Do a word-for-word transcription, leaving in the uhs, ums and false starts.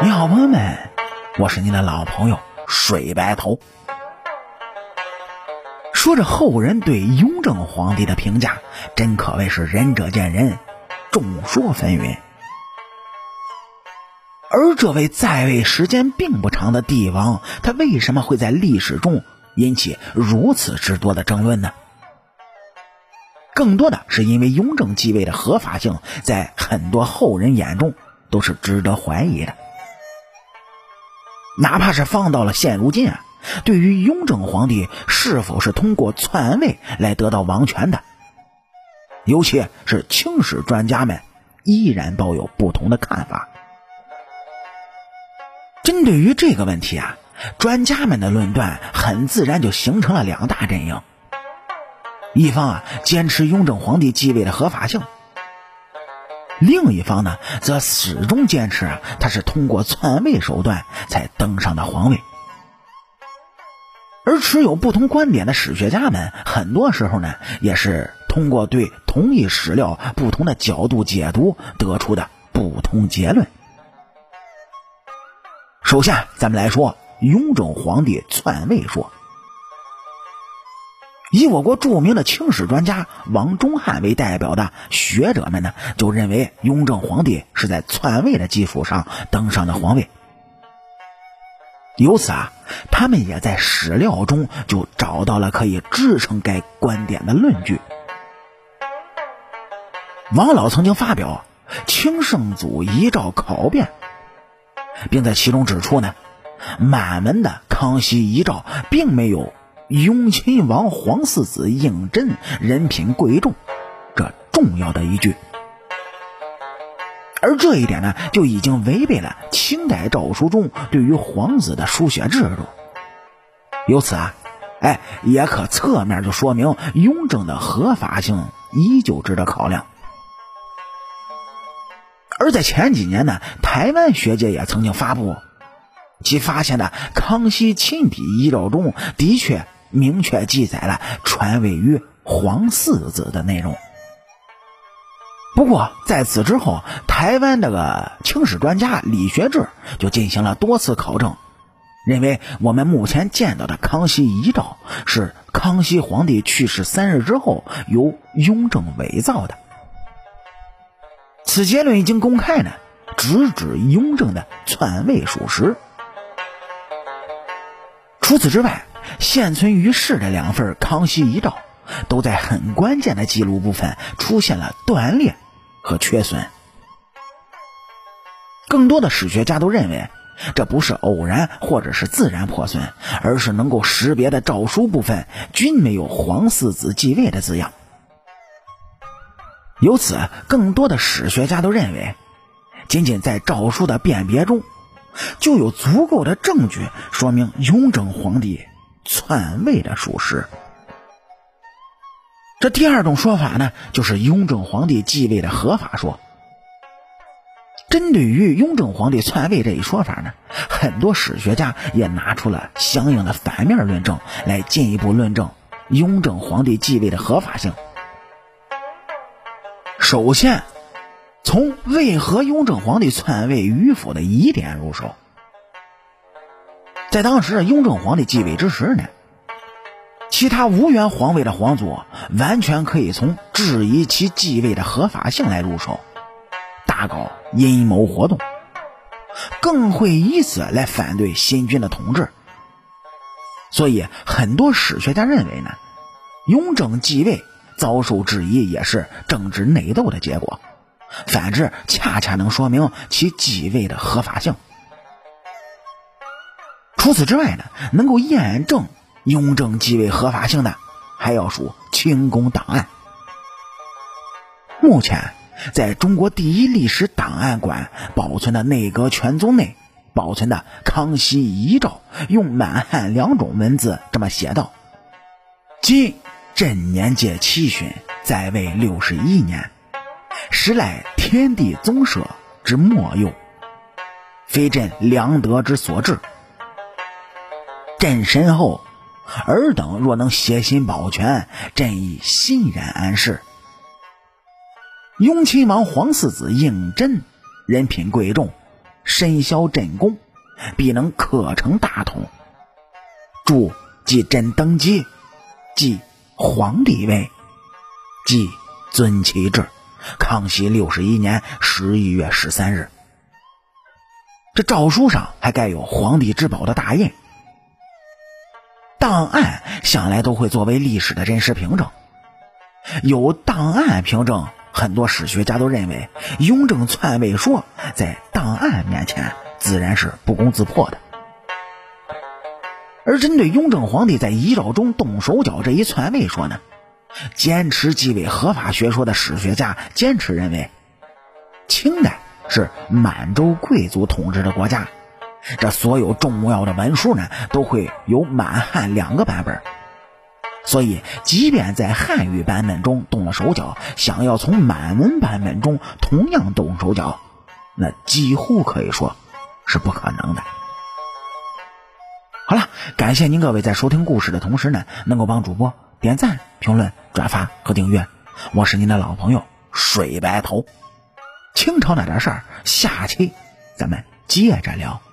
你好朋友们，我是您的老朋友水白头。说着后人对雍正皇帝的评价，真可谓是仁者见仁，众说纷纭。而这位在位时间并不长的帝王，他为什么会在历史中引起如此之多的争论呢？更多的是因为雍正继位的合法性在很多后人眼中都是值得怀疑的。哪怕是放到了现如今啊，对于雍正皇帝是否是通过篡位来得到王权的，尤其是清史专家们依然抱有不同的看法。针对于这个问题啊，专家们的论断很自然就形成了两大阵营。一方啊坚持雍正皇帝继位的合法性，另一方呢则始终坚持啊他是通过篡位手段才登上的皇位。而持有不同观点的史学家们很多时候呢也是通过对同一史料不同的角度解读得出的不同结论。首先咱们来说雍正皇帝篡位说。以我国著名的清史专家王中汉为代表的学者们呢，就认为雍正皇帝是在篡位的基础上登上的皇位。由此啊，他们也在史料中就找到了可以支撑该观点的论据。王老曾经发表《清圣祖遗诏考辩》，并在其中指出呢，满文的康熙遗诏并没有雍亲王皇四子胤禛人品贵重这重要的一句，而这一点呢就已经违背了清代诏书中对于皇子的书写制度。由此啊哎也可侧面就说明雍正的合法性依旧值得考量。而在前几年呢，台湾学界也曾经发布其发现的康熙亲笔遗诏中的确明确记载了传位于皇四子的内容。不过在此之后，台湾这个清史专家李学志就进行了多次考证，认为我们目前见到的康熙遗诏是康熙皇帝去世三日之后由雍正伪造的。此结论一经公开呢，直指雍正的篡位属实。除此之外，现存于世的两份康熙遗诏都在很关键的记录部分出现了断裂和缺损。更多的史学家都认为这不是偶然或者是自然破损，而是能够识别的诏书部分均没有皇四子继位的字样。由此更多的史学家都认为，仅仅在诏书的辨别中就有足够的证据说明雍正皇帝篡位的属实。这第二种说法呢，就是雍正皇帝继位的合法说。针对于雍正皇帝篡位这一说法呢，很多史学家也拿出了相应的反面论证来进一步论证雍正皇帝继位的合法性。首先从为何雍正皇帝篡位与否的疑点入手。在当时雍正皇帝继位之时呢，其他无缘皇位的皇族完全可以从质疑其继位的合法性来入手，大搞阴谋活动，更会以此来反对新君的统治。所以很多史学家认为呢，雍正继位遭受质疑也是政治内斗的结果，反之恰恰能说明其继位的合法性。除此之外呢，能够验证雍正继位合法性的还要数清宫档案。目前在中国第一历史档案馆保存的内阁全宗内保存的康熙遗诏，用满汉两种文字这么写道：今朕年届七旬，在位六十一年，实乃天地宗社之末幼，非朕良德之所至。朕身后，尔等若能协心保全，朕亦欣然安适。雍亲王皇四子胤禛人品贵重， 身效真功，必能刻成大统。注即真登基，即皇帝位，即尊其制。康熙六十一年十一月十三日。这诏书上还盖有皇帝之宝的大印。档案向来都会作为历史的真实凭证，有档案凭证，很多史学家都认为雍正篡位说在档案面前自然是不攻自破的。而针对雍正皇帝在遗诏中动手脚这一篡位说呢，坚持继位合法学说的史学家坚持认为，清代是满洲贵族统治的国家，这所有重要的文书呢都会有满汉两个版本，所以即便在汉语版本中动了手脚，想要从满文版本中同样动手脚，那几乎可以说是不可能的。好了，感谢您各位在收听故事的同时呢，能够帮主播点赞、评论、转发和订阅。我是您的老朋友水白头。清朝那点事儿，下期咱们接着聊。